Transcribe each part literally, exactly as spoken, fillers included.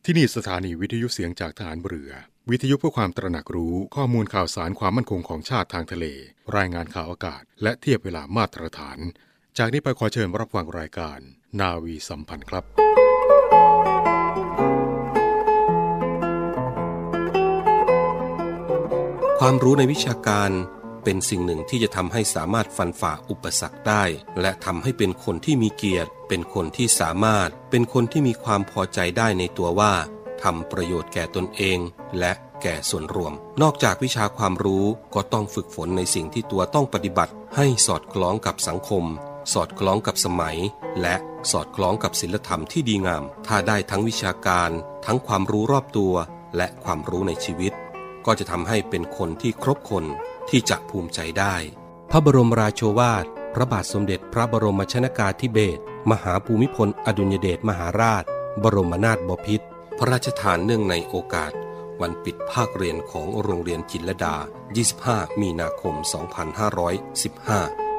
ที่นี่สถานีวิทยุเสียงจากทหารเรือวิทยุเพื่อความตระหนักรู้ข้อมูลข่าวสารความมั่นคงของชาติทางทะเลรายงานข่าวอากาศและเทียบเวลามาตรฐานจากนี้ไปขอเชิญรับฟังรายการนาวีสัมพันธ์ครับความรู้ในวิชาการเป็นสิ่งหนึ่งที่จะทำให้สามารถฟันฝ่าอุปสรรคได้และทำให้เป็นคนที่มีเกียรติเป็นคนที่สามารถเป็นคนที่มีความพอใจได้ในตัวว่าทำประโยชน์แก่ตนเองและแก่ส่วนรวมนอกจากวิชาความรู้ก็ต้องฝึกฝนในสิ่งที่ตัวต้องปฏิบัติให้สอดคล้องกับสังคมสอดคล้องกับสมัยและสอดคล้องกับศีลธรรมที่ดีงามถ้าได้ทั้งวิชาการทั้งความรู้รอบตัวและความรู้ในชีวิตก็จะทำให้เป็นคนที่ครบคนที่จะภูมิใจได้พระบรมราโชวาทพระบาทสมเด็จพระบรมชนกาธิเบศรมหาภูมิพลอดุลยเดชมหาราชบรมนาถบพิตรพระราชทานเนื่องในโอกาสวันปิดภาคเรียนของโรงเรียนจิตรลดายี่สิบห้ามีนาคมสองพันห้าร้อยสิบห้า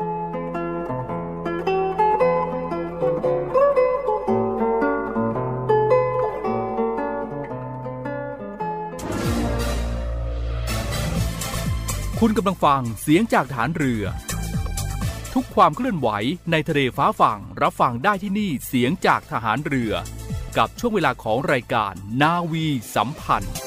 คุณกำลังฟังเสียงจากฐานเรือทุกความเคลื่อนไหวในทะเลฟ้าฝั่งรับฟังได้ที่นี่เสียงจากทหารเรือกับช่วงเวลาของรายการนาวีสัมพันธ์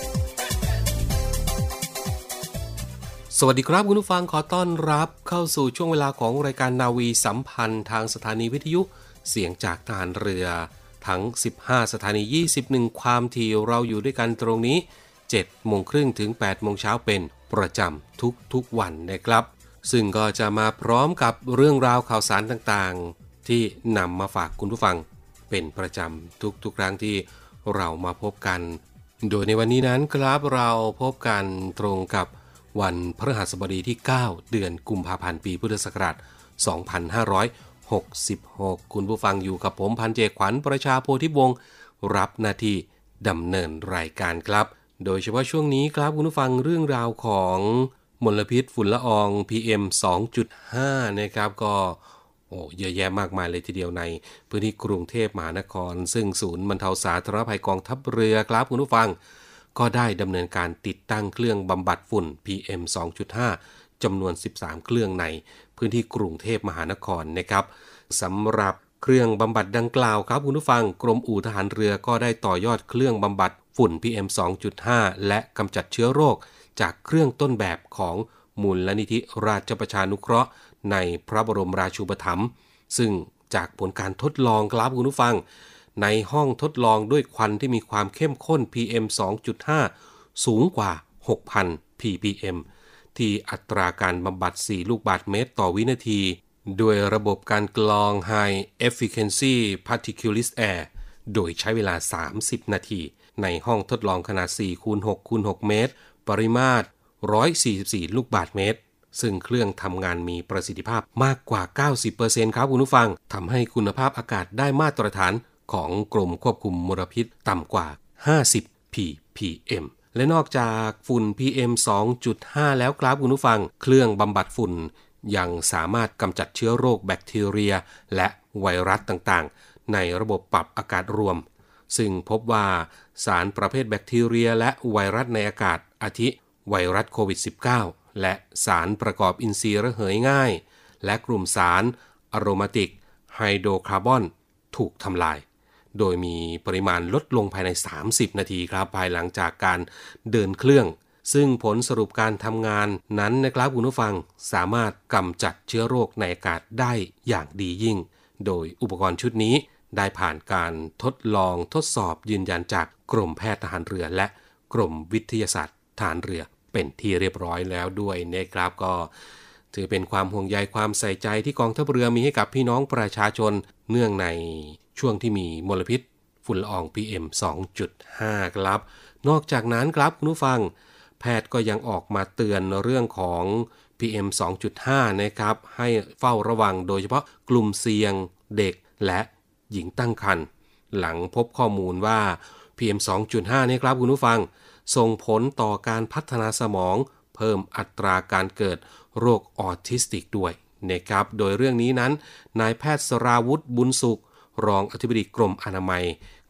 สวัสดีครับคุณผู้ฟังขอต้อนรับเข้าสู่ช่วงเวลาของรายการนาวีสัมพันธ์ทางสถานีวิทยุเสียงจากทหารเรือทั้งสิบห้าสถานียี่สิบเอ็ดความถี่เราอยู่ด้วยกันตรงนี้ เจ็ดโมงครึ่งถึง แปดโมงเช้าเป็นประจำทุกๆวันนะครับซึ่งก็จะมาพร้อมกับเรื่องราวข่าวสารต่างๆที่นำมาฝากคุณผู้ฟังเป็นประจำทุกๆครั้งที่เรามาพบกันโดยในวันนี้นั้นครับเราพบกันตรงกับวันพฤหัสบดีที่เก้าเดือนกุมภาพันธ์ปีพุทธศักราชสองพันห้าร้อยหกสิบหกคุณผู้ฟังอยู่กับผมพันเจขวัญประชาโพธิวงศ์รับหน้าที่ดำเนินรายการครับโดยเฉพาะช่วงนี้ครับคุณผู้ฟังเรื่องราวของมลพิษฝุ่นละออง พี เอ็ม สองจุดห้า นะครับก็โอ้เยอะแยะมากมายเลยทีเดียวในพื้นที่กรุงเทพมหานครซึ่งศูนย์บรรเทาสาธารณภัยกองทัพเรือครับคุณผู้ฟังก็ได้ดำเนินการติดตั้งเครื่องบำบัดฝุ่น พี เอ็ม สองจุดห้า จำนวนสิบสามเครื่องในพื้นที่กรุงเทพมหานครนะครับสำหรับเครื่องบำบัดดังกล่าวครับคุณผู้ฟังกรมอู่ทหารเรือก็ได้ต่อยอดเครื่องบำบัดฝุ่น พี เอ็ม สองจุดห้า และกำจัดเชื้อโรคจากเครื่องต้นแบบของมูลนิธิราชประชานุเคราะห์ในพระบรมราชูปถัมภ์ซึ่งจากผลการทดลองครับคุณผู้ฟังในห้องทดลองด้วยควันที่มีความเข้มข้น พี เอ็ม สองจุดห้า สูงกว่า หกพัน พี พี เอ็ม ที่อัตราการบำบัดสี่ลูกบาศก์เมตรต่อวินาทีด้วยระบบการกรอง High Efficiency Particulate Air โดยใช้เวลาสามสิบนาทีในห้องทดลองขนาด สี่คูณหกคูณหก เมตรปริมาตรหนึ่งร้อยสี่สิบสี่ลูกบาศก์เมตรซึ่งเครื่องทำงานมีประสิทธิภาพมากกว่า เก้าสิบเปอร์เซ็นต์ ครับคุณผู้ฟังทำให้คุณภาพอากาศได้มาตรฐานของกรมควบคุมมลพิษต่ำกว่าห้าสิบ พี พี เอ็ม และนอกจากฝุ่น พี เอ็ม สองจุดห้า แล้วครับคุณผู้ฟังเครื่องบำบัดฝุ่นยังสามารถกำจัดเชื้อโรคแบคทีเรียและไวรัสต่างๆในระบบปรับอากาศรวมซึ่งพบว่าสารประเภทแบคทีเรียและไวรัสในอากาศอาทิไวรัสโควิด สิบเก้า และสารประกอบอินทรีย์ระเหยง่ายและกลุ่มสารอะโรมาติกไฮโดรคาร์บอนถูกทำลายโดยมีปริมาณลดลงภายในสามสิบนาทีครับภายหลังจากการเดินเครื่องซึ่งผลสรุปการทำงานนั้นนะครับคุณผู้ฟังสามารถกำจัดเชื้อโรคในอากาศได้อย่างดียิ่งโดยอุปกรณ์ชุดนี้ได้ผ่านการทดลองทดสอบยืนยันจากกรมแพทย์ทหารเรือและกรมวิทยาศาสตร์ทหารเรือเป็นที่เรียบร้อยแล้วด้วยนะครับก็ถือเป็นความห่วงใยความใส่ใจที่กองทัพเรือมีให้กับพี่น้องประชาชนเนื่องในช่วงที่มีมลพิษฝุ่นละออง พี เอ็ม สองจุดห้า ครับนอกจากนั้นครับคุณผู้ฟังแพทย์ก็ยังออกมาเตือนเรื่องของ พี เอ็ม สองจุดห้า นะครับให้เฝ้าระวังโดยเฉพาะกลุ่มเสี่ยงเด็กและหญิงตั้งครรภ์หลังพบข้อมูลว่า พี เอ็ม สองจุดห้า นี่ครับคุณผู้ฟังส่งผลต่อการพัฒนาสมองเพิ่มอัตราการเกิดโรคออทิสติกด้วยนะครับโดยเรื่องนี้นั้นนายแพทย์สราวุฒิบุญสุขรองอธิบดีกรมอนามัย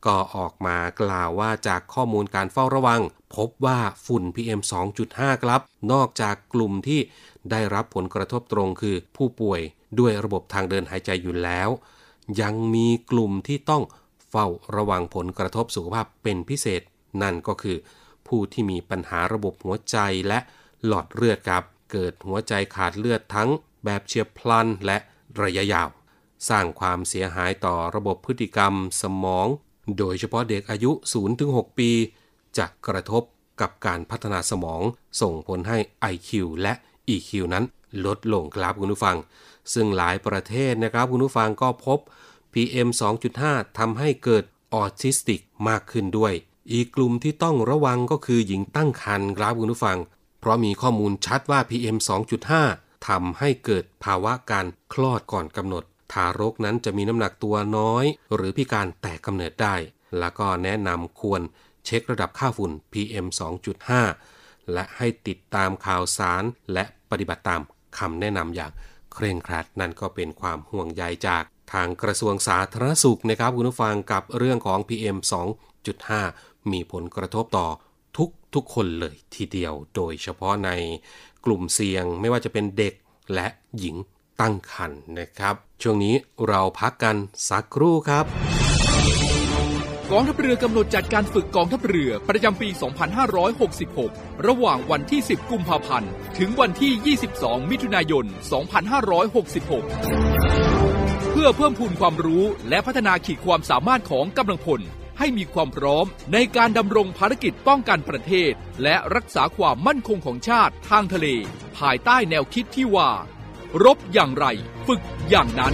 ก็ออกมากล่าวว่าจากข้อมูลการเฝ้าระวังพบว่าฝุ่น พี เอ็ม สองจุดห้า ครับนอกจากกลุ่มที่ได้รับผลกระทบตรงคือผู้ป่วยด้วยระบบทางเดินหายใจอยู่แล้วยังมีกลุ่มที่ต้องเฝ้าระวังผลกระทบสุขภาพเป็นพิเศษนั่นก็คือผู้ที่มีปัญหาระบบหัวใจและหลอดเลือดครับเกิดหัวใจขาดเลือดทั้งแบบเฉียบพลันและระยะยาวสร้างความเสียหายต่อระบบพฤติกรรมสมองโดยเฉพาะเด็กอายุ ศูนย์ถึงหก ปีจะกระทบกับการพัฒนาสมองส่งผลให้ ไอ คิว และ อี คิว นั้นลดลงครับคุณผู้ฟังซึ่งหลายประเทศนะครับคุณผู้ฟังก็พบ พี เอ็ม สองจุดห้า ทำให้เกิดออทิสติกมากขึ้นด้วยอีกกลุ่มที่ต้องระวังก็คือหญิงตั้งครรภ์ครับคุณผู้ฟังเพราะมีข้อมูลชัดว่า พี เอ็ม สองจุดห้า ทำให้เกิดภาวะการคลอดก่อนกำหนดทารกนั้นจะมีน้ำหนักตัวน้อยหรือพิการแต่กำเนิดได้แล้วก็แนะนำควรเช็คระดับค่าฝุ่น พี เอ็ม สองจุดห้า และให้ติดตามข่าวสารและปฏิบัติตามคำแนะนำอย่างเคร่งครัดนั่นก็เป็นความห่วงใยจากทางกระทรวงสาธารณสุขนะครับคุณผู้ฟังกับเรื่องของ พี เอ็ม สองจุดห้า มีผลกระทบต่อทุกทุกคนเลยทีเดียวโดยเฉพาะในกลุ่มเสี่ยงไม่ว่าจะเป็นเด็กและหญิงตั้งครรภ์นะครับช่วงนี้เราพักกันสักครู่ครับกองทัพเรือกำหนดจัดการฝึกกองทัพเรือประจำปี สองพันห้าร้อยหกสิบหก ระหว่างวันที่ สิบ กุมภาพันธ์ ถึงวันที่ ยี่สิบสอง มิถุนายน สองพันห้าร้อยหกสิบหก เพื่อเพิ่มพูนความรู้และพัฒนาขีดความสามารถของกำลังพลให้มีความพร้อมในการดำรงภารกิจป้องกันประเทศและรักษาความมั่นคงของชาติทางทะเลภายใต้แนวคิดที่ว่ารบอย่างไรฝึกอย่างนั้น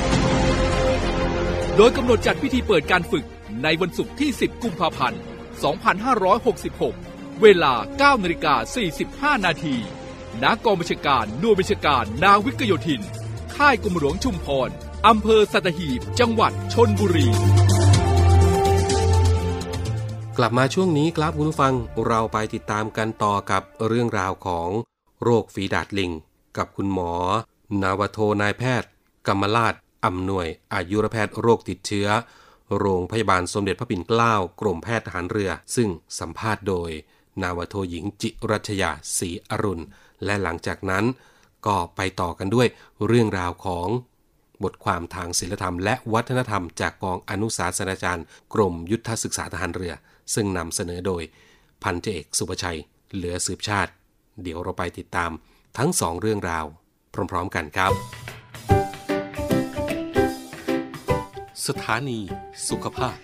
โดยกำหนดจัดพิธีเปิดการฝึกในวันศุกร์ที่ สิบ กุมภาพันธ์ สองพันห้าร้อยหกสิบหก เวลา เก้านาฬิกาสี่สิบห้า นาทีณกองบัญชาการหน่วยบัญชาการนาวิกโยธินค่ายกรมหลวงชุมพรอำเภอสัตหีบจังหวัดชลบุรีกลับมาช่วงนี้ครับคุณผู้ฟังเราไปติดตามกันต่อกับเรื่องราวของโรคฝีดาษลิงกับคุณหมอนาวโทนายแพทย์กำมลาศอำนวยอายุรแพทย์โรคติดเชื้อโรงพยาบาลสมเด็จพระปิ่นเกล้ากรมแพทย์ทหารเรือซึ่งสัมภาษณ์โดยนาวโทหญิงจิรัชยาศรีอรุณและหลังจากนั้นก็ไปต่อกันด้วยเรื่องราวของบทความทางศิลธรรมและวัฒนธรรมจากกองอนุศาสนาจารย์กรมยุทธศึกษาทหารเรือซึ่งนำเสนอโดยพันจ่าเอกสุภชัยเหลือสืบชาติเดี๋ยวเราไปติดตามทั้งสองเรื่องราวพร้อมๆกันครับสถานีสุขภาพ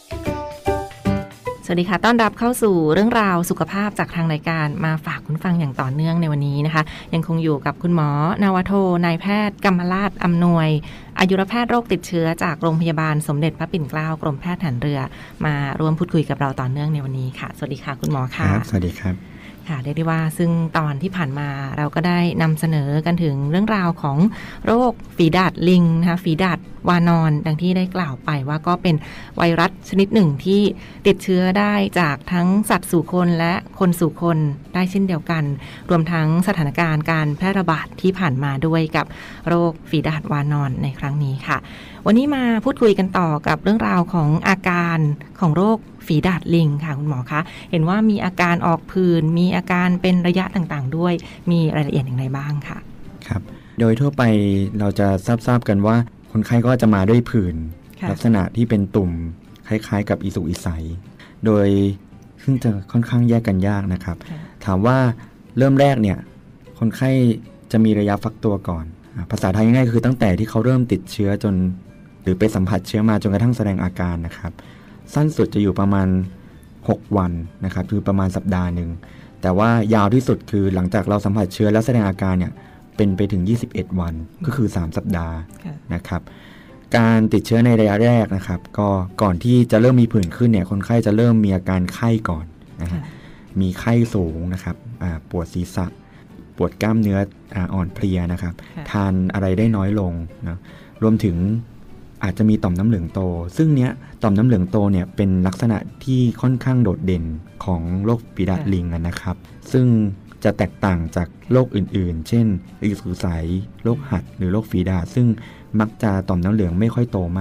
สวัสดีค่ะต้อนรับเข้าสู่เรื่องราวสุขภาพจากทางรายการมาฝากคุณฟังอย่างต่อเนื่องในวันนี้นะคะยังคงอยู่กับคุณหมอนาวโทนายแพทย์กำมลาศอำนวยอายุรแพทย์โรคติดเชื้อจากโรงพยาบาลสมเด็จพระปิ่นเกล้ากรมแพทย์ทหารเรือมาร่วมพูดคุยกับเราต่อเนื่องในวันนี้ค่ะสวัสดีค่ะคุณหมอค่ะครับสวัสดีครับค่ะเรียกได้ว่าซึ่งตอนที่ผ่านมาเราก็ได้นำเสนอกันถึงเรื่องราวของโรคฝีดาษลิงนะคะฝีดาษวานอนดังที่ได้กล่าวไปว่าก็เป็นไวรัสชนิดหนึ่งที่ติดเชื้อได้จากทั้งสัตว์สู่คนและคนสู่คนได้เช่นเดียวกันรวมทั้งสถานการณ์การแพร่ระบาดที่ผ่านมาด้วยกับโรคฝีดาษวานอนในครั้งนี้ค่ะวันนี้มาพูดคุยกันต่อกับเรื่องราวของอาการของโรคฝีดาษลิงค่ะคุณหมอคะเห็นว่ามีอาการออกผื่นมีอาการเป็นระยะต่างๆด้วยมีรายละเอียดอย่างไรบ้างค่ะครับโดยทั่วไปเราจะทราบๆกันว่าคนไข้ก็จะมาด้วยผื่นลักษณะที่เป็นตุ่มคล้ายๆกับอีสุกอีใสโดยซึ่งจะค่อนข้างแยกกันยากนะครับถามว่าเริ่มแรกเนี่ยคนไข้จะมีระยะฟักตัวก่อนภาษาไทยง่ายๆคือตั้งแต่ที่เขาเริ่มติดเชื้อจนหรือไปสัมผัสเชื้อมาจนกระทั่งแสดงอาการนะครับสั้นสุดจะอยู่ประมาณหกวันนะครับคือประมาณสัปดาห์หนึ่งแต่ว่ายาวที่สุดคือหลังจากเราสัมผัสเชื้อแล้วแสดงอาการเนี่ยเป็นไปถึงยี่สิบเอ็ดวันก็คือสามสัปดาห์นะครับการติดเชื้อในระยะแรกนะครับก็ก่อนที่จะเริ่มมีผื่นขึ้นเนี่ยคนไข้จะเริ่มมีอาการไข้ก่อนนะฮะมีไข้สูงนะครับปวดศีรษะปวดกล้ามเนื้ออ่อนเพลียนะครับทานอะไรได้น้อยลงนะรวมถึงอาจจะมีต่อมน้ำเหลืองโตซึ่งเนี้ยต่อมน้ำเหลืองโตเนี่ยเป็นลักษณะที่ค่อนข้างโดดเด่นของโรคฝีดาษลิงนะครับซึ่งจะแตกต่างจากโรคอื่นๆเช่นอีสุกอีใสโรคหัดหรือโรคฝีดาษซึ่งมักจะต่อมน้ำเหลืองไม่ค่อยโตมาก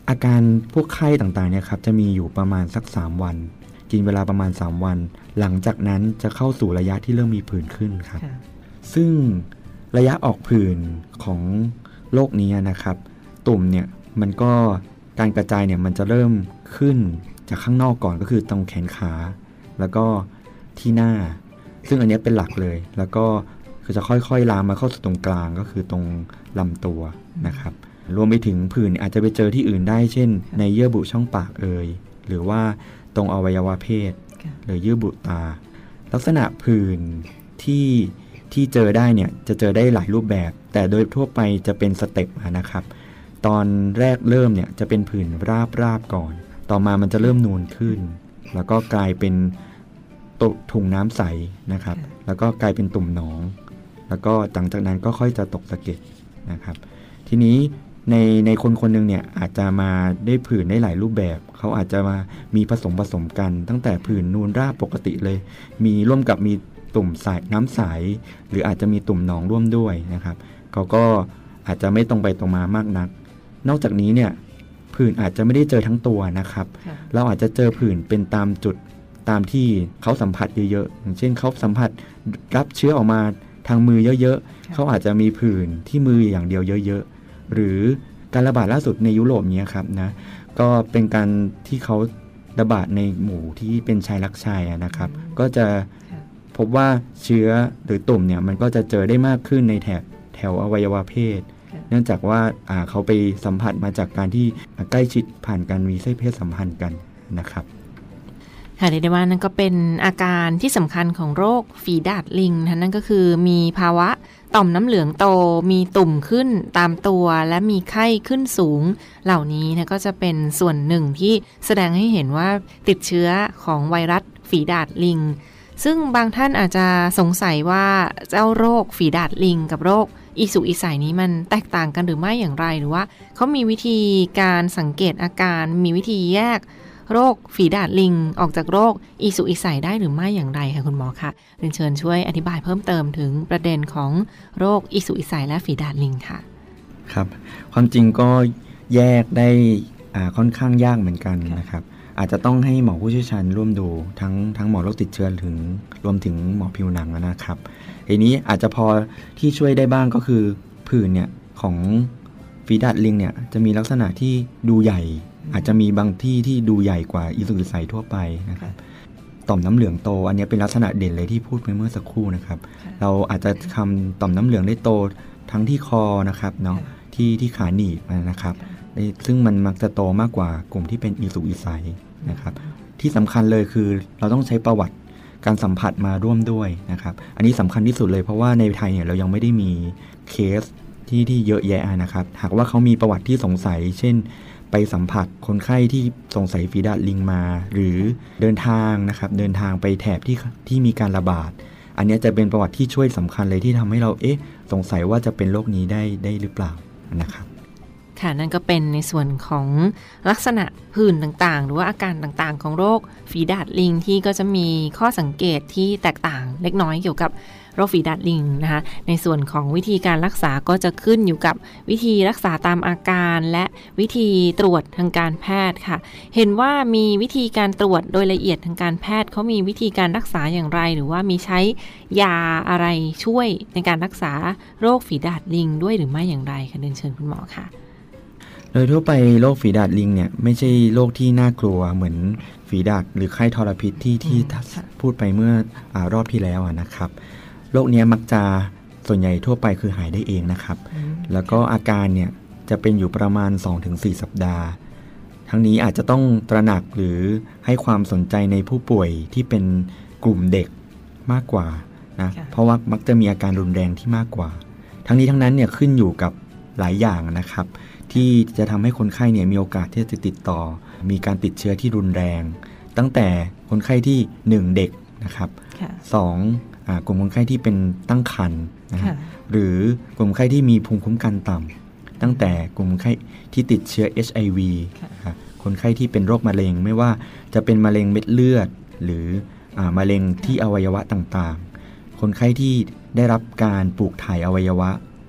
อาการพวกไข้ต่างๆเนี่ยครับจะมีอยู่ประมาณสักสามวันกินเวลาประมาณสามวันหลังจากนั้นจะเข้าสู่ระยะที่เริ่มมีผื่นขึ้นครับซึ่งระยะออกผื่นของโรคนี้นะครับตุ่มเนี่ยมันก็การกระจายเนี่ยมันจะเริ่มขึ้นจากข้างนอกก่อนก็คือตรงแขนขาแล้วก็ที่หน้าซึ่งอันนี้เป็นหลักเลยแล้วก็คือจะค่อยๆลามมาเข้าสู่ตรงกลางก็คือตรงลำตัวนะครับรวมไปถึงผื่นอาจจะไปเจอที่อื่นได้เช่นในเยื่อบุช่องปากเอยหรือว่าตรงอวัยวะเพศหรือเยื่อบุตาลักษณะผื่นที่ที่เจอได้เนี่ยจะเจอได้หลายรูปแบบแต่โดยทั่วไปจะเป็นสเต็ปนะครับตอนแรกเริ่มเนี่ยจะเป็นผื่นราบๆก่อนต่อมามันจะเริ่มนูนขึ้นแล้วก็กลายเป็นตุ่มถุงน้ำใสนะครับแล้วก็กลายเป็นตุ่มหนองแล้วก็หลังจากนั้นก็ค่อยจะตกสะเก็ดนะครับทีนี้ในในคนคนหนึ่งเนี่ยอาจจะมาได้ผื่นได้หลายรูปแบบเขาอาจจะมามีผสมผสมกันตั้งแต่ผื่นนูนราบปกติเลยมีร่วมกับมีตุ่มใสน้ำใสหรืออาจจะมีตุ่มหนองร่วมด้วยนะครับเขาก็อาจจะไม่ตรงไปตรงมามากนักนอกจากนี้เนี่ยผื่นอาจจะไม่ได้เจอทั้งตัวนะครับเราอาจจะเจอผื่นเป็นตามจุดตามที่เขาสัมผัสเยอะๆอย่างเช่นเขาสัมผัสรับเชื้อออกมาทางมือเยอะๆเขาอาจจะมีผื่นที่มืออย่างเดียวเยอะๆหรือการระบาดล่าสุดในยุโรปเนี้ยครับนะก็เป็นการที่เขาระบาดในหมู่ที่เป็นชายรักชายนะครับก็จะพบว่าเชื้อหรือตุ่มเนี่ยมันก็จะเจอได้มากขึ้นในแถบแถวอวัยวะเพศเนื่องจากว่าเขาไปสัมผัสมาจากการที่ใกล้ชิดผ่านการมีเพศสัมพันธ์กันนะครับค่ะเรียกได้ว่านั่นก็เป็นอาการที่สำคัญของโรคฝีดาษลิงนะนั่นก็คือมีภาวะต่อมน้ำเหลืองโตมีตุ่มขึ้นตามตัวและมีไข้ขึ้นสูงเหล่านี้นะก็จะเป็นส่วนหนึ่งที่แสดงให้เห็นว่าติดเชื้อของไวรัสฝีดาษลิงซึ่งบางท่านอาจจะสงสัยว่าเจ้าโรคฝีดาษลิงกับโรคอีสุกอีใสนี้มันแตกต่างกันหรือไม่อย่างไรหรือว่าเขามีวิธีการสังเกตอาการมีวิธีแยกโรคฝีดาษลิงออกจากโรคอีสุกอีใสได้หรือไม่อย่างไรคะคุณหมอคะเรียนเชิญช่วยอธิบายเพิ่มเติมถึงประเด็นของโรคอีสุกอีใสและฝีดาษลิงค่ะครับความจริงก็แยกได้ค่อนข้างยากเหมือนกันนะครับอาจจะต้องให้หมอผู้เชี่ยวชาญร่วมดูทั้งทั้งหมอโรคติดเชื้อถึงรวมถึงหมอผิวหนังนะครับทีนี้อาจจะพอที่ช่วยได้บ้างก็คือผื่นเนี่ยของฝีดาษลิงเนี่ยจะมีลักษณะที่ดูใหญ่อาจจะมีบางที่ที่ดูใหญ่กว่าอีสุกอีใสทั่วไปนะครับต่อมน้ำเหลืองโตอันนี้เป็นลักษณะเด่นเลยที่พูดไปเมื่อสักครู่นะครับเราอาจจะทำต่อมน้ำเหลืองได้โตทั้งที่คอนะครับเนาะที่ที่ขาหนีบนะครับซึ่งมันมักจะโตมากกว่ากลุ่มที่เป็นอีสุกอีใสนะครับที่สำคัญเลยคือเราต้องใช้ประวัติการสัมผัสมาร่วมด้วยนะครับอันนี้สำคัญที่สุดเลยเพราะว่าในไทยเนี่ยเรายังไม่ได้มีเคสที่ที่เยอะแยะนะครับหากว่าเขามีประวัติที่สงสัยเช่นไปสัมผัสคนไข้ที่สงสัยฝีดาษลิงมาหรือเดินทางนะครับเดินทางไปแถบที่ที่มีการระบาดอันนี้จะเป็นประวัติที่ช่วยสำคัญเลยที่ทำให้เราเอ๊ะสงสัยว่าจะเป็นโรคนี้ได้ได้หรือเปล่านะครับค่ะนั่นก็เป็นในส่วนของลักษณะผื่นต่างๆหรือว่าอาการต่างๆของโรคฝีดาษลิงที่ก็จะมีข้อสังเกตที่แตกต่างเล็กน้อยเกี่ยวกับโรคฝีดาษลิงนะคะในส่วนของวิธีการรักษาก็จะขึ้นอยู่กับวิธีรักษาตามอาการและวิธีตรวจทางการแพทย์ค่ะเห็นว่ามีวิธีการตรวจโดยละเอียดทางการแพทย์เขามีวิธีการรักษาอย่างไรหรือว่ามีใช้ยาอะไรช่วยในการรักษาโรคฝีดาษลิงด้วยหรือไม่อย่างไรคะเรียนเชิญคุณหมอค่ะโดยทั่วไปโรคฝีดาษลิงเนี่ยไม่ใช่โรคที่น่ากลัวเหมือนฝีดาษหรือไข้ทรพิษที่ที่พูดไปเมื่ออรอบที่แล้วนะครับโรคนี้มักจะส่วนใหญ่ทั่วไปคือหายได้เองนะครับแล้วก็อาการเนี่ยจะเป็นอยู่ประมาณ สองถึงสี่ สัปดาห์ทั้งนี้อาจจะต้องตระหนักหรือให้ความสนใจในผู้ป่วยที่เป็นกลุ่มเด็กมากกว่านะเพราะว่ามักจะมีอาการรุนแรงที่มากกว่าทั้งนี้ทั้งนั้นเนี่ยขึ้นอยู่กับหลายอย่างนะครับที่จะทำให้คนไข้เนี่ยมีโอกาสที่จะติดต่อมีการติดเชื้อที่รุนแรงตั้งแต่คนไข้ที่หนึ่งเด็กนะครับสองกลุ่มคนไข้ที่เป็นตั้งครรภ์นะหรือกลุ่มคนไข้ที่มีภูมิคุ้มกันต่ำตั้งแต่กลุ่มคนไข้ที่ติดเชื้อ เอช ไอ วี คนไข้ที่เป็นโรคมะเร็งไม่ว่าจะเป็นมะเร็งเม็ดเลือดหรือมะเร็งที่อวัยวะต่างๆคนไข้ที่ได้รับการปลูกถ่ายอวัยวะ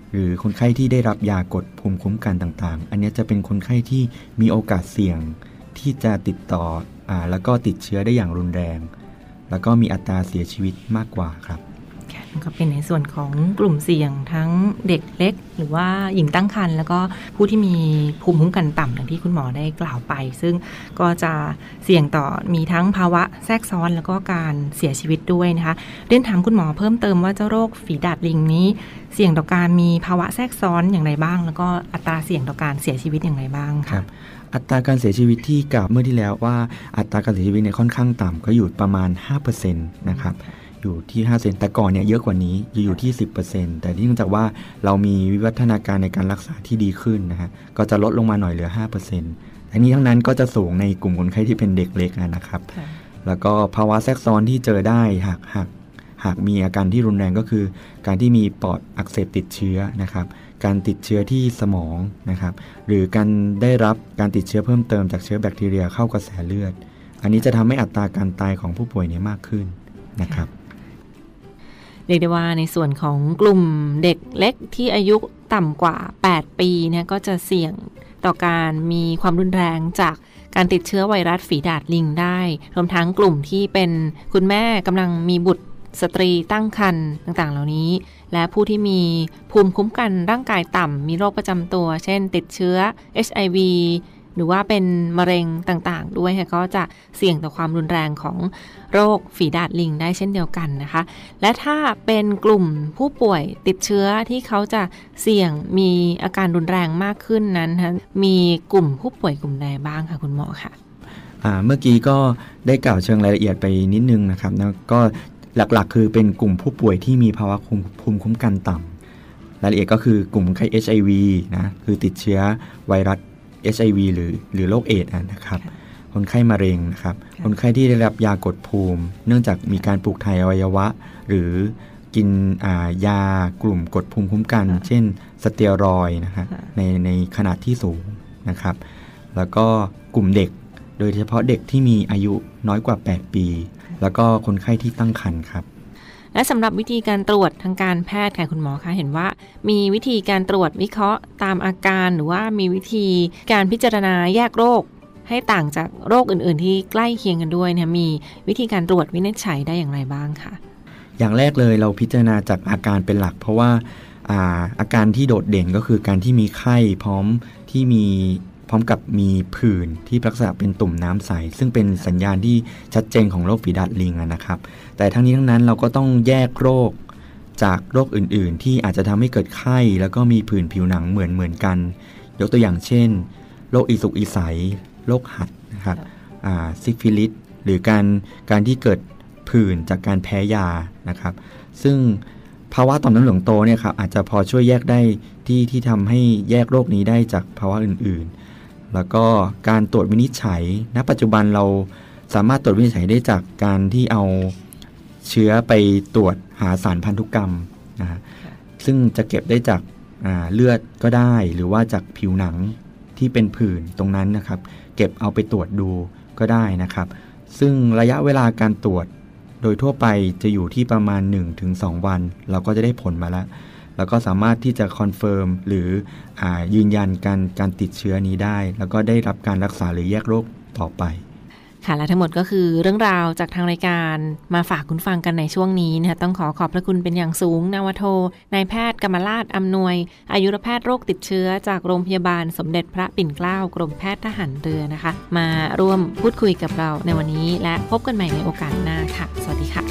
หรือคนไข้ที่ได้รับยากดภูมิคุ้มกันต่างๆอันนี้จะเป็นคนไข้ที่มีโอกาสเสี่ยงที่จะติดต่ออ่าแล้วก็ติดเชื้อได้อย่างรุนแรงแล้วก็มีอัตราเสียชีวิตมากกว่าครับก็เป็นในส่วนของกลุ่มเสี่ยงทั้งเด็กเล็กหรือว่าหญิงตั้งครรภ์แล้วก็ผู้ที่มีภูมิคุ้มกันต่ำอย่างที่คุณหมอได้กล่าวไปซึ่งก็จะเสี่ยงต่อมีทั้งภาวะแทรกซ้อนแล้วก็การเสียชีวิตด้วยนะคะเรียนถามคุณหมอเพิ่มเติมว่าเจ้าโรคฝีดาษลิงนี้เสี่ยงต่อการมีภาวะแทรกซ้อนอย่างไรบ้างแล้วก็อัตราเสี่ยงต่อการเสียชีวิตอย่างไรบ้างค่ะอัตราการเสียชีวิตที่กล่าวเมื่อที่แล้วว่าอัตราการเสียชีวิตเนี่ยค่อนข้างต่ำก็อยู่ประมาณ ห้าเปอร์เซ็นต์ นะครับอยู่ที่ ห้าเปอร์เซ็นต์ แต่ก่อนเนี่ยเยอะกว่านี้อยู่ที่ สิบเปอร์เซ็นต์ แต่เนื่องจากว่าเรามีวิวัฒนาการในการรักษาที่ดีขึ้นนะฮะก็จะลดลงมาหน่อยเหลือ ห้าเปอร์เซ็นต์ ทั้งนี้ทั้งนั้นก็จะสูงในกลุ่มคนไข้ที่เป็นเด็กเล็กนะครับแล้วก็ภาวะแทรกซ้อนที่เจอได้หากหากหากมีอาการที่รุนแรงก็คือการที่มีปอดอักเสบติดเชื้อนะครับการติดเชื้อที่สมองนะครับหรือการได้รับการติดเชื้อเพิ่มเติมจากเชื้อแบคทีเรียเข้ากระแสเลือดอันนี้จะทำให้อัตราการตายของผู้ป่วยเนี่ยมากขึ้นนะครับเรียกได้ว่าในส่วนของกลุ่มเด็กเล็กที่อายุต่ำกว่าแปดปีเนี่ยก็จะเสี่ยงต่อการมีความรุนแรงจากการติดเชื้อไวรัสฝีดาษลิงได้รวมทั้งกลุ่มที่เป็นคุณแม่กำลังมีบุตรสตรีตั้งครรภ์ต่างๆเหล่านี้และผู้ที่มีภูมิคุ้มกันร่างกายต่ำมีโรคประจำตัวเช่นติดเชื้อ เอช ไอ วี หรือว่าเป็นมะเร็งต่างๆด้วยค่ะก็จะเสี่ยงต่อความรุนแรงของโรคฝีดาษลิงได้เช่นเดียวกันนะคะและถ้าเป็นกลุ่มผู้ป่วยติดเชื้อที่เขาจะเสี่ยงมีอาการรุนแรงมากขึ้นนั้นนะมีกลุ่มผู้ป่วยกลุ่มใดบ้างคะคุณหมอคะเมื่อกี้ก็ได้กล่าวเชิงรายละเอียดไปนิดนึงนะครับแล้วก็หลักๆคือเป็นกลุ่มผู้ป่วยที่มีภาวะภูมิคุ้มกันต่ำรายละเอียดก็คือกลุ่มไข้ เอช ไอ วี นะคือติดเชื้อไวรัส เอช ไอ วี หรือหรือโรคเอดส์นะครับคนไข้มะเร็งนะครับคนไข้ที่ได้รับยากดภูมิเนื่องจากมีการปลูกถ่ายอวัยวะหรือกินยากลุ่มกดภูมิคุ้มกันเช่นสเตียรอยด์นะครับในในขนาดที่สูงนะครับแล้วก็กลุ่มเด็กโดยเฉพาะเด็กที่มีอายุน้อยกว่าแปดปีแล้วก็คนไข้ที่ตั้งครรภ์ครับและสำหรับวิธีการตรวจทางการแพทย์ค่ะคุณหมอคะเห็นว่ามีวิธีการตรวจวิเคราะห์ตามอาการหรือว่ามีวิธีการพิจารณาแยกโรคให้ต่างจากโรคอื่นๆที่ใกล้เคียงกันด้วยเนี่ยมีวิธีการตรวจวินิจฉัยได้อย่างไรบ้างคะอย่างแรกเลยเราพิจารณาจากอาการเป็นหลักเพราะว่าอาอาการที่โดดเด่นก็คือการที่มีไข้พร้อมที่มีพร้อมกับมีผื่นที่ลักษณะเป็นตุ่มน้ำใสซึ่งเป็นสัญญาณที่ชัดเจนของโรคฝีดาษลิงนะครับแต่ทั้งนี้ทั้งนั้นเราก็ต้องแยกโรคจากโรคอื่นๆที่อาจจะทำให้เกิดไข้แล้วก็มีผื่นผิวหนังเหมือนเหมือนกันยกตัวอย่างเช่นโรคอีสุกอีใสโรคหัดนะครับซิฟิลิสหรือการการที่เกิดผื่นจากการแพ้ยานะครับซึ่งภาวะต่อมน้ำเหลืองโตเนี่ยครับอาจจะพอช่วยแยกได้ที่ที่ทำให้แยกโรคนี้ได้จากภาวะอื่นๆแล้วก็การตรวจวินิจฉัยณปัจจุบันเราสามารถตรวจวินิจฉัยได้จากการที่เอาเชื้อไปตรวจหาสารพันธุกรรมนะฮะซึ่งจะเก็บได้จากเลือดก็ได้หรือว่าจากผิวหนังที่เป็นผื่นตรงนั้นนะครับเก็บเอาไปตรวจดูก็ได้นะครับซึ่งระยะเวลาการตรวจโดยทั่วไปจะอยู่ที่ประมาณ หนึ่งถึงสอง วันเราก็จะได้ผลมาแล้วแล้วก็สามารถที่จะคอนเฟิร์มหรืออ่ายืนยันการการติดเชื้อนี้ได้แล้วก็ได้รับการรักษาหรือแยกโรคต่อไปค่ะและทั้งหมดก็คือเรื่องราวจากทางรายการมาฝากคุณฟังกันในช่วงนี้นะคะต้องขอขอบพระคุณเป็นอย่างสูงนาวโทนายแพทย์กมราชอำนวยอายุรแพทย์โรคติดเชื้อจากโรงพยาบาลสมเด็จพระปิ่นเกล้ากรมแพทย์ทหารเรือนะคะมาร่วมพูดคุยกับเราในวันนี้และพบกันใหม่ในโอกาสหน้าค่ะสวัสดีค่ะ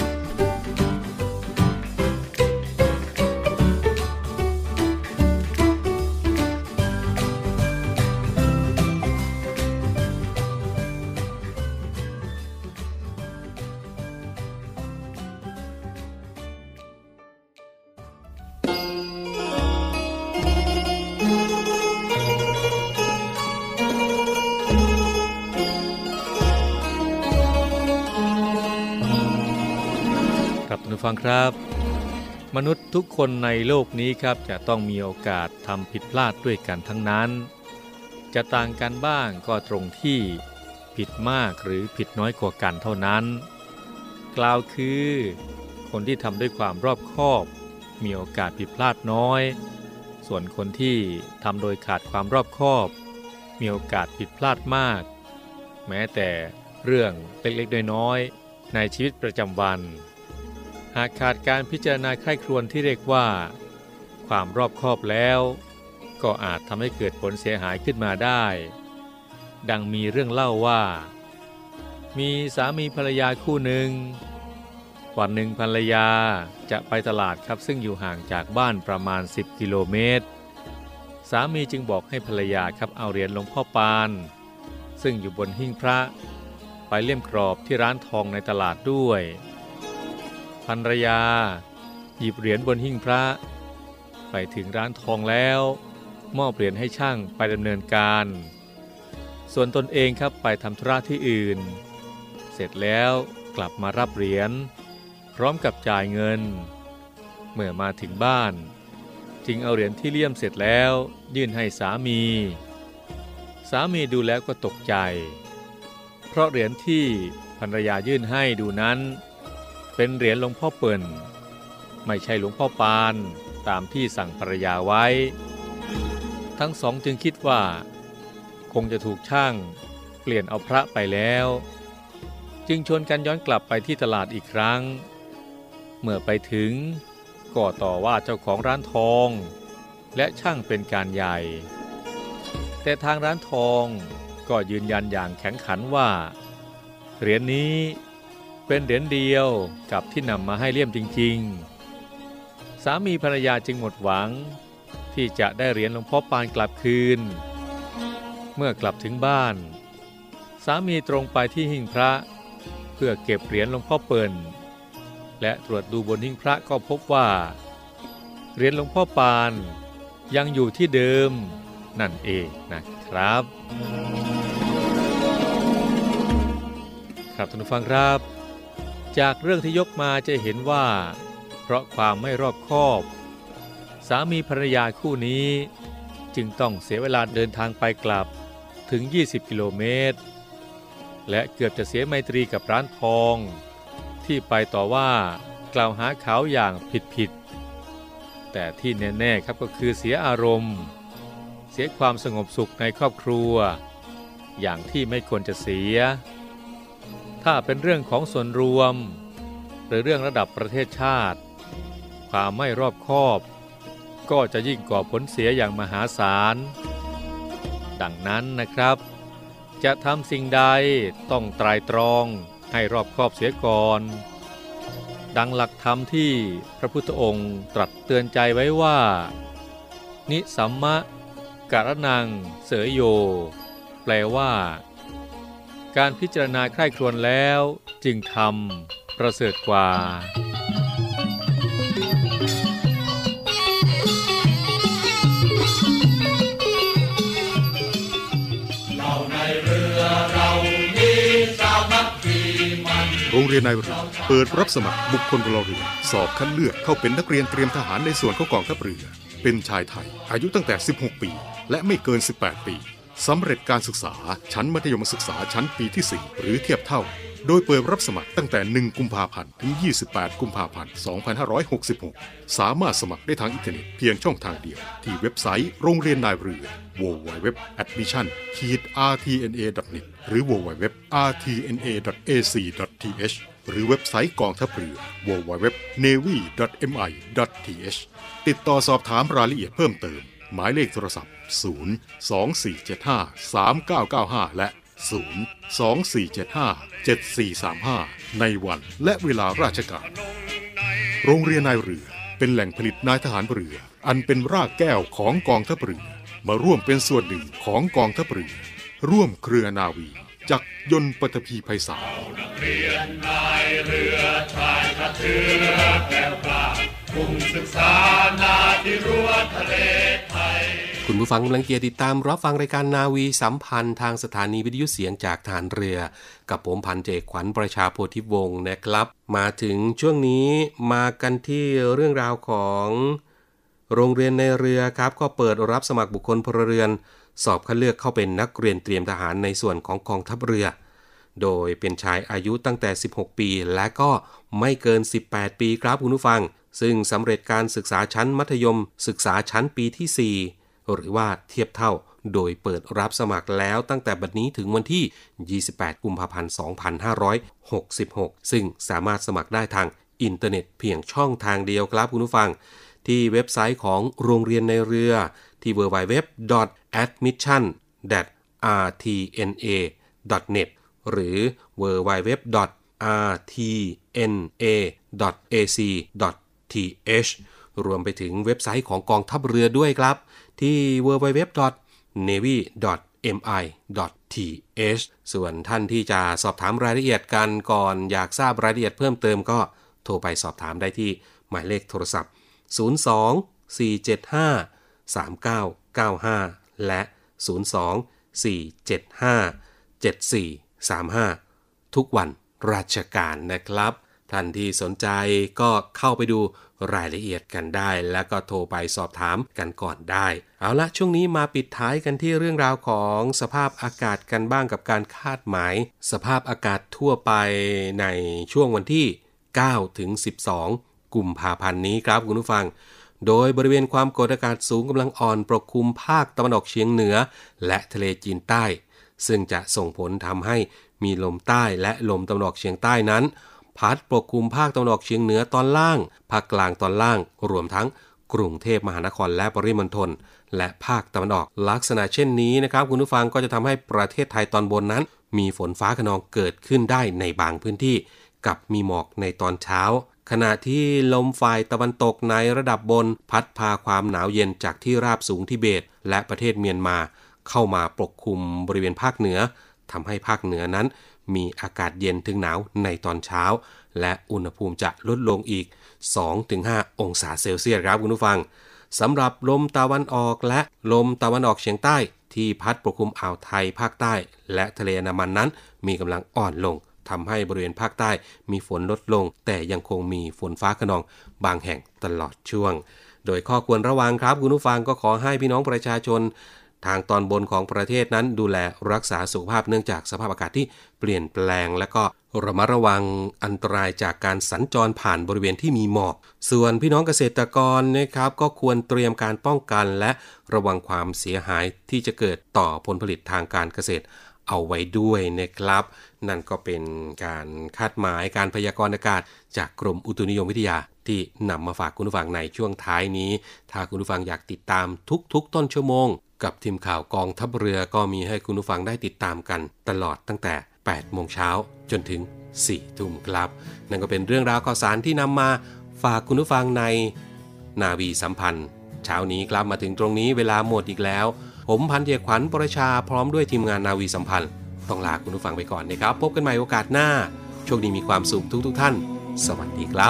ฟังครับมนุษย์ทุกคนในโลกนี้ครับจะต้องมีโอกาสทำผิดพลาดด้วยกันทั้งนั้นจะต่างกันบ้างก็ตรงที่ผิดมากหรือผิดน้อยกว่ากันเท่านั้นกล่าวคือคนที่ทำด้วยความรอบคอบมีโอกาสผิดพลาดน้อยส่วนคนที่ทำโดยขาดความรอบคอบมีโอกาสผิดพลาดมากแม้แต่เรื่องเล็กๆน้อยๆในชีวิตประจำวันหากขาดการพิจารณาใคร่ครวญที่เรียกว่าความรอบคอบแล้วก็อาจทำให้เกิดผลเสียหายขึ้นมาได้ดังมีเรื่องเล่าว่ามีสามีภรรยาคู่หนึ่งวันหนึ่งภรรยาจะไปตลาดครับซึ่งอยู่ห่างจากบ้านประมาณสิบกิโลเมตรสามีจึงบอกให้ภรรยาครับเอาเหรียญหลวงพ่อปานซึ่งอยู่บนหิ้งพระไปเลี่ยมกรอบที่ร้านทองในตลาดด้วยภรรยาหยิบเหรียญบนหิ้งพระไปถึงร้านทองแล้วมอบเหรียญให้ช่างไปดำเนินการส่วนตนเองครับไปทำธุระที่อื่นเสร็จแล้วกลับมารับเหรียญพร้อมกับจ่ายเงินเมื่อมาถึงบ้านจึงเอาเหรียญที่เลี่ยมเสร็จแล้วยื่นให้สามีสามีดูแล้วก็ตกใจเพราะเหรียญที่ภรรยายื่นให้ดูนั้นเป็นเหรียญหลวงพ่อเปิ่นไม่ใช่หลวงพ่อปานตามที่สั่งภรรยาไว้ทั้งสองจึงคิดว่าคงจะถูกช่างเปลี่ยนเอาพระไปแล้วจึงชวนกันย้อนกลับไปที่ตลาดอีกครั้งเมื่อไปถึงก็ต่อว่าเจ้าของร้านทองและช่างเป็นการใหญ่แต่ทางร้านทองก็ยืนยันอย่างแข็งขันว่าเหรียญนี้เป็นเหรียญเดียวกับที่นำมาให้เลี่ยมจริงๆสามีภรรยาจึงหมดหวังที่จะได้เหรียญหลวงพ่อปานกลับคืนเมื่อกลับถึงบ้านสามีตรงไปที่หิ้งพระเพื่อเก็บเหรียญหลวงพ่อเปิ่นและตรวจดูบนหิ้งพระก็พบว่าเหรียญหลวงพ่อปานยังอยู่ที่เดิมนั่นเองนะครับครับท่านผู้ฟังครับจากเรื่องที่ยกมาจะเห็นว่าเพราะความไม่รอบคอบสามีภรรยาคู่นี้จึงต้องเสียเวลาเดินทางไปกลับถึงยี่สิบกิโลเมตรและเกือบจะเสียไมตรีกับร้านทองที่ไปต่อว่ากล่าวหาเขาอย่างผิดๆแต่ที่แน่ๆครับก็คือเสียอารมณ์เสียความสงบสุขในครอบครัวอย่างที่ไม่ควรจะเสียถ้าเป็นเรื่องของส่วนรวมหรือเรื่องระดับประเทศชาติความไม่รอบคอบก็จะยิ่งก่อผลเสียอย่างมหาศาลดังนั้นนะครับจะทำสิ่งใดต้องไตร่ตรองให้รอบคอบเสียก่อนดังหลักธรรมที่พระพุทธองค์ตรัสเตือนใจไว้ว่านิสัมมะการนังเสยโยแปลว่าการพิจารณาใคร่ครวญแล้วจึงทำประเสริฐกว่าโรงเรียนนายเรือเปิดรับสมัครบุคคลพลเรือนสอบคัดเลือกเข้าเป็นนักเรียนเตรียมทหารในส่วนของกองทัพเรือเป็นชายไทยอายุตั้งแต่สิบหกปีและไม่เกินสิบแปดปีสำเร็จการศึกษาชั้นมัธยมศึกษาชั้นปีที่สี่หรือเทียบเท่าโดยเปิดรับสมัครตั้งแต่หนึ่งกุมภาพันธ์ถึงยี่สิบแปดกุมภาพันธ์สองพันห้าร้อยหกสิบหกสามารถสมัครได้ทางอินเทอร์เน็ตเพียงช่องทางเดียวที่เว็บไซต์โรงเรียนนายเรือ ดับเบิลยู ดับเบิลยู ดับเบิลยู ดอท แอดมิชชั่น อาร์ ที เอ็น เอ ดอท เน็ต หรือ ดับเบิลยู ดับเบิลยู ดับเบิลยู ดอท อาร์ ที เอ็น เอ ดอท เอ ซี ดอท ที เอช หรือเว็บไซต์กองทัพเรือ ดับเบิลยู ดับเบิลยู ดับเบิลยู ดอท เนวี ดอท เอ็ม ไอ ดอท ที เอช ติดต่อสอบถามรายละเอียดเพิ่มเติมหมายเลขโทรศัพท์ศูนย์ สอง สี่ เจ็ด ห้า สาม เก้า เก้า ห้าและศูนย์ สอง สี่ เจ็ด ห้า เจ็ด สี่ สาม ห้าในวันและเวลาราชการโรงเรียนนายเรือเป็นแหล่งผลิตนายทหารเรืออันเป็นรากแก้วของกองทัพเรือมาร่วมเป็นส่วนหนึ่งของกองทัพเรือร่วมเครือนาวีจักรยนต์ปฐพีไพศาลนักเรียนนายเรือชายกระเทือแก้วกล้ามุ่งศึกษานาที่รั้วทะเลไทยคุณผู้ฟังกำลังเกียรติดตามรับฟังรายการนาวีสัมพันธ์ทางสถานีวิทยุเสียงจากทหารเรือกับผมพันเอกขวัญประชาโพธิวงศ์นะครับมาถึงช่วงนี้มากันที่เรื่องราวของโรงเรียนในเรือครับก็เปิดรับสมัครบุคคลพลเรือนสอบคัดเลือกเข้าเป็นนักเรียนเตรียมทหารในส่วนของกองทัพเรือโดยเป็นชายอายุตั้งแต่สิบหกปีและก็ไม่เกินสิบแปดปีครับคุณผู้ฟังซึ่งสำเร็จการศึกษาชั้นมัธยมศึกษาชั้นปีที่สี่หรือว่าเทียบเท่าโดยเปิดรับสมัครแล้วตั้งแต่บัดนี้ถึงวันที่ยี่สิบแปดกุมภาพันธ์สองพันห้าร้อยหกสิบหกซึ่งสามารถสมัครได้ทางอินเทอร์เน็ตเพียงช่องทางเดียวครับคุณผู้ฟังที่เว็บไซต์ของโรงเรียนในเรือที่ ดับเบิลยู ดับเบิลยู ดับเบิลยู ดอท แอดมิชชั่น ดอท อาร์ ที เอ็น เอ ดอท เน็ต หรือ ดับเบิลยู ดับเบิลยู ดับเบิลยู ดอท อาร์ ที เอ็น เอ ดอท เอ ซี ดอท ที เอช รวมไปถึงเว็บไซต์ของกองทัพเรือด้วยครับที่ ดับเบิลยู ดับเบิลยู ดับเบิลยู ดอท เนวี ดอท เอ็ม ไอ ดอท ที เอช ส่วนท่านที่จะสอบถามรายละเอียดกันก่อนอยากทราบรายละเอียดเพิ่มเติมก็โทรไปสอบถามได้ที่หมายเลขโทรศัพท์ศูนย์ สอง สี่ เจ็ด ห้า สาม เก้า เก้า ห้าและศูนย์ สอง สี่ เจ็ด ห้า เจ็ด สี่ สาม ห้าทุกวันราชการนะครับท่านที่สนใจก็เข้าไปดูรายละเอียดกันได้แล้วก็โทรไปสอบถามกันก่อนได้เอาละช่วงนี้มาปิดท้ายกันที่เรื่องราวของสภาพอากาศกันบ้างกับการคาดหมายสภาพอากาศทั่วไปในช่วงวันที่เก้าถึงสิบสองกุมภาพันธ์นี้ครับคุณผู้ฟังโดยบริเวณความกดอากาศสูงกำลังอ่อนปกคลุมภาคตะวันออกเฉียงเหนือและทะเลจีนใต้ซึ่งจะส่งผลทำให้มีลมใต้และลมตะวันออกเฉียงใต้นั้นพัดปกคลุมภาคตะวันออกเฉียงเหนือตอนล่างภาคกลางตอนล่างรวมทั้งกรุงเทพมหานครและปริมณฑลและภาคตะวันออกลักษณะเช่นนี้นะครับคุณผู้ฟังก็จะทำให้ประเทศไทยตอนบนนั้นมีฝนฟ้าคะนองเกิดขึ้นได้ในบางพื้นที่กับมีหมอกในตอนเช้าขณะที่ลมฝ่ายตะวันตกในระดับบนพัดพาความหนาวเย็นจากที่ราบสูงทิเบตและประเทศเมียนมาเข้ามาปกคลุมบริเวณภาคเหนือทำให้ภาคเหนือนั้นมีอากาศเย็นถึงหนาวในตอนเช้าและอุณหภูมิจะลดลงอีก สองถึงห้า องศาเซลเซียสครับคุณผู้ฟังสำหรับลมตะวันออกและลมตะวันออกเฉียงใต้ที่พัดปกคลุมอ่าวไทยภาคใต้และทะเลอันดามันนั้นมีกำลังอ่อนลงทำให้บริเวณภาคใต้มีฝนลดลงแต่ยังคงมีฝนฟ้าคะนองบางแห่งตลอดช่วงโดยข้อควรระวังครับคุณผู้ฟังก็ขอให้พี่น้องประชาชนทางตอนบนของประเทศนั้นดูแลรักษาสุขภาพเนื่องจากสภาพอากาศที่เปลี่ยนแปลงและก็ระมัดระวังอันตรายจากการสัญจรผ่านบริเวณที่มีหมอกส่วนพี่น้องเกษตรกรนะครับก็ควรเตรียมการป้องกันและระวังความเสียหายที่จะเกิดต่อผลผลิตทางการเกษตรเอาไว้ด้วยนะครับนั่นก็เป็นการคาดหมายการพยากรณ์อากาศจากกรมอุตุนิยมวิทยาที่นำมาฝากคุณผู้ฟังในช่วงท้ายนี้ถ้าคุณผู้ฟังอยากติดตามทุกๆต้นชั่วโมงกับทีมข่าวกองทัพเรือก็มีให้คุณผู้ฟังได้ติดตามกันตลอดตั้งแต่แปดโมงเช้าจนถึงสี่ทุ่มครับนั่นก็เป็นเรื่องราวข่าวสารที่นำมาฝากคุณผู้ฟังในนาวีสัมพันธ์เช้านี้ครับมาถึงตรงนี้เวลาหมดอีกแล้วผมพันเอกขวัญประชาพร้อมด้วยทีมงานนาวีสัมพันธ์ต้องลาคุณผู้ฟังไปก่อนนะครับพบกันใหม่โอกาสหน้าโชคดีมีความสุขทุกๆท่านสวัสดีครับ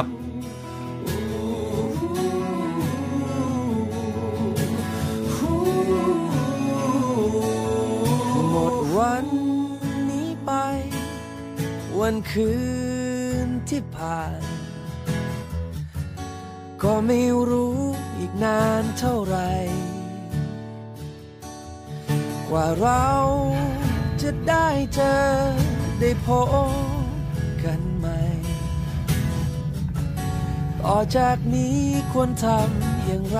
หมดวันนี้ไปวันคืนที่ผ่านก็ไม่รู้อีกนานเท่าไหร่กว่าเราจะได้เจอได้พบกันใหม่ต่อจากนี้ควรทำอย่างไร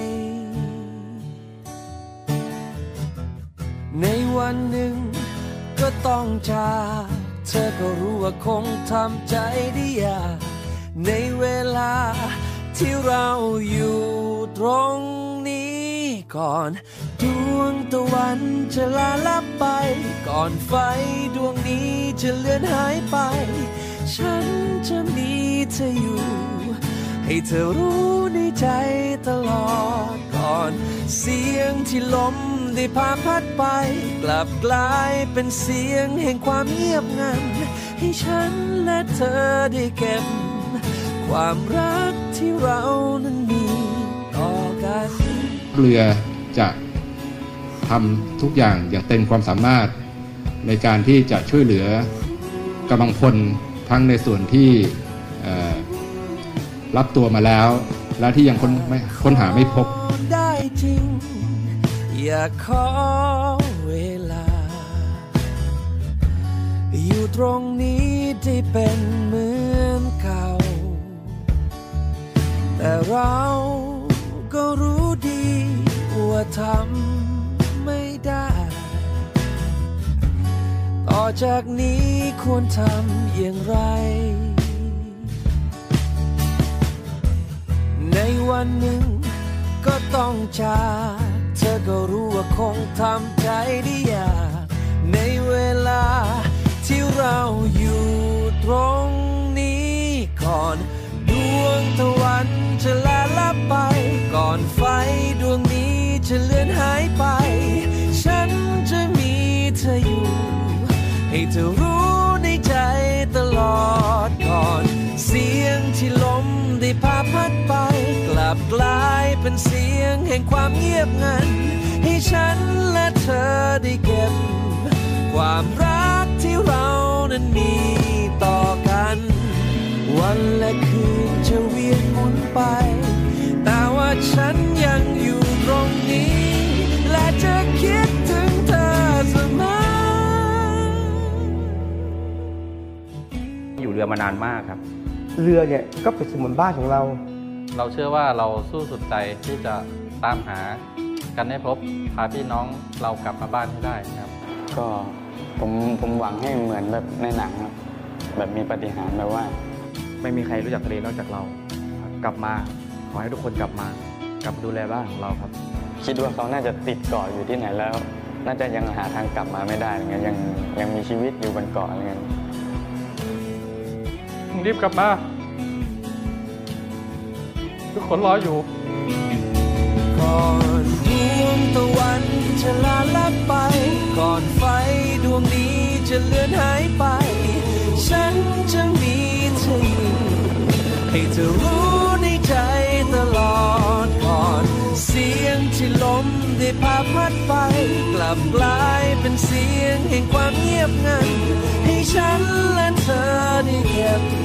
ในวันหนึ่งก็ต้องจากเธอก็รู้ว่าคงทำใจได้ยากในเวลาที่เราอยู่ตรงนี้ก่อนดวงตะวันจะลาลับไปก่อนไฟดวงนี้จะเลือนหายไปฉันจะมีเธออยู่ให้เธอรู้ในใจตลอดก่อนเสียงที่ลมได้พาพัดไปกลับกลายเป็นเสียงแห่งความเงียบงันให้ฉันและเธอได้เก็บความรักที่เรานั้นมีต่อกันเรือจะทำทุกอย่างอย่างเต็มความสามารถในการที่จะช่วยเหลือกำลังพลทั้งในส่วนที่รับตัวมาแล้วและที่ยังค้นไม่ค้นหาไม่พบได้จริงอย่าขอเวลาอยู่ตรงนี้ได้เป็นเหมือนเก่าแต่ทำไม่ได้ต่อจากนี้ควรทำอย่างไรในวันหนึ่งก็ต้องจากเธอก็รู้ว่าคงทำใจได้ยากในเวลาที่เราอยู่ตรงนี้ก่อนดวงตะวันจะลาลับไปก่อนไฟดวงนี้จะเลือนหายไปฉันจะมีเธออยู่ให้เธอรู้ในใจตลอดก่อนเสียงที่ลมได้พาพัดไปกลับกลายเป็นเสียงแห่งความเงียบงันให้ฉันและเธอได้เก็บความรักที่เรานั้นมีต่อกันวันและคืนจะเวียนหมุนไปแต่ว่าฉันยังอยู่ตรงนี้และจะคิดถึงเธอเสมออยู่เรือมานานมากครับเรือเนี่ยก็เป็นเสมือนบ้านของเราเราเชื่อว่าเราสู้สุดใจที่จะตามหากันให้พบพาพี่น้องเรากลับมาบ้านให้ได้ครับก็ผมผมหวังให้เหมือนแบบในหนังครับแบบมีปาฏิหาริย์แบบว่าไม่มีใครรู้จักทะเลนอกจากเรากลับมาขอให้ทุกคนกลับมากลับมาดูแลบ้านของเราครับคิดว่าเขาน่าจะติดเกาะอยู่ที่ไหนแล้วน่าจะยังหาทางกลับมาไม่ได้อะไรเงี้ยยังยังมีชีวิตอยู่บนเกาะอะไรเงี้ยรีบกลับมาทุกคนรออยู่ก่อนดวงตะวันจะลาลับไปก่อนไฟดวงนี้จะเลือนหายไปฉันจะมีเธออยู่ให้เธอรู้ในใจตลอดก่อนเสียงที่ลมได้พาพัดไปกลับกลายเป็นเสียงแห่งความเงียบงันให้ฉันและเธอได้เก็บ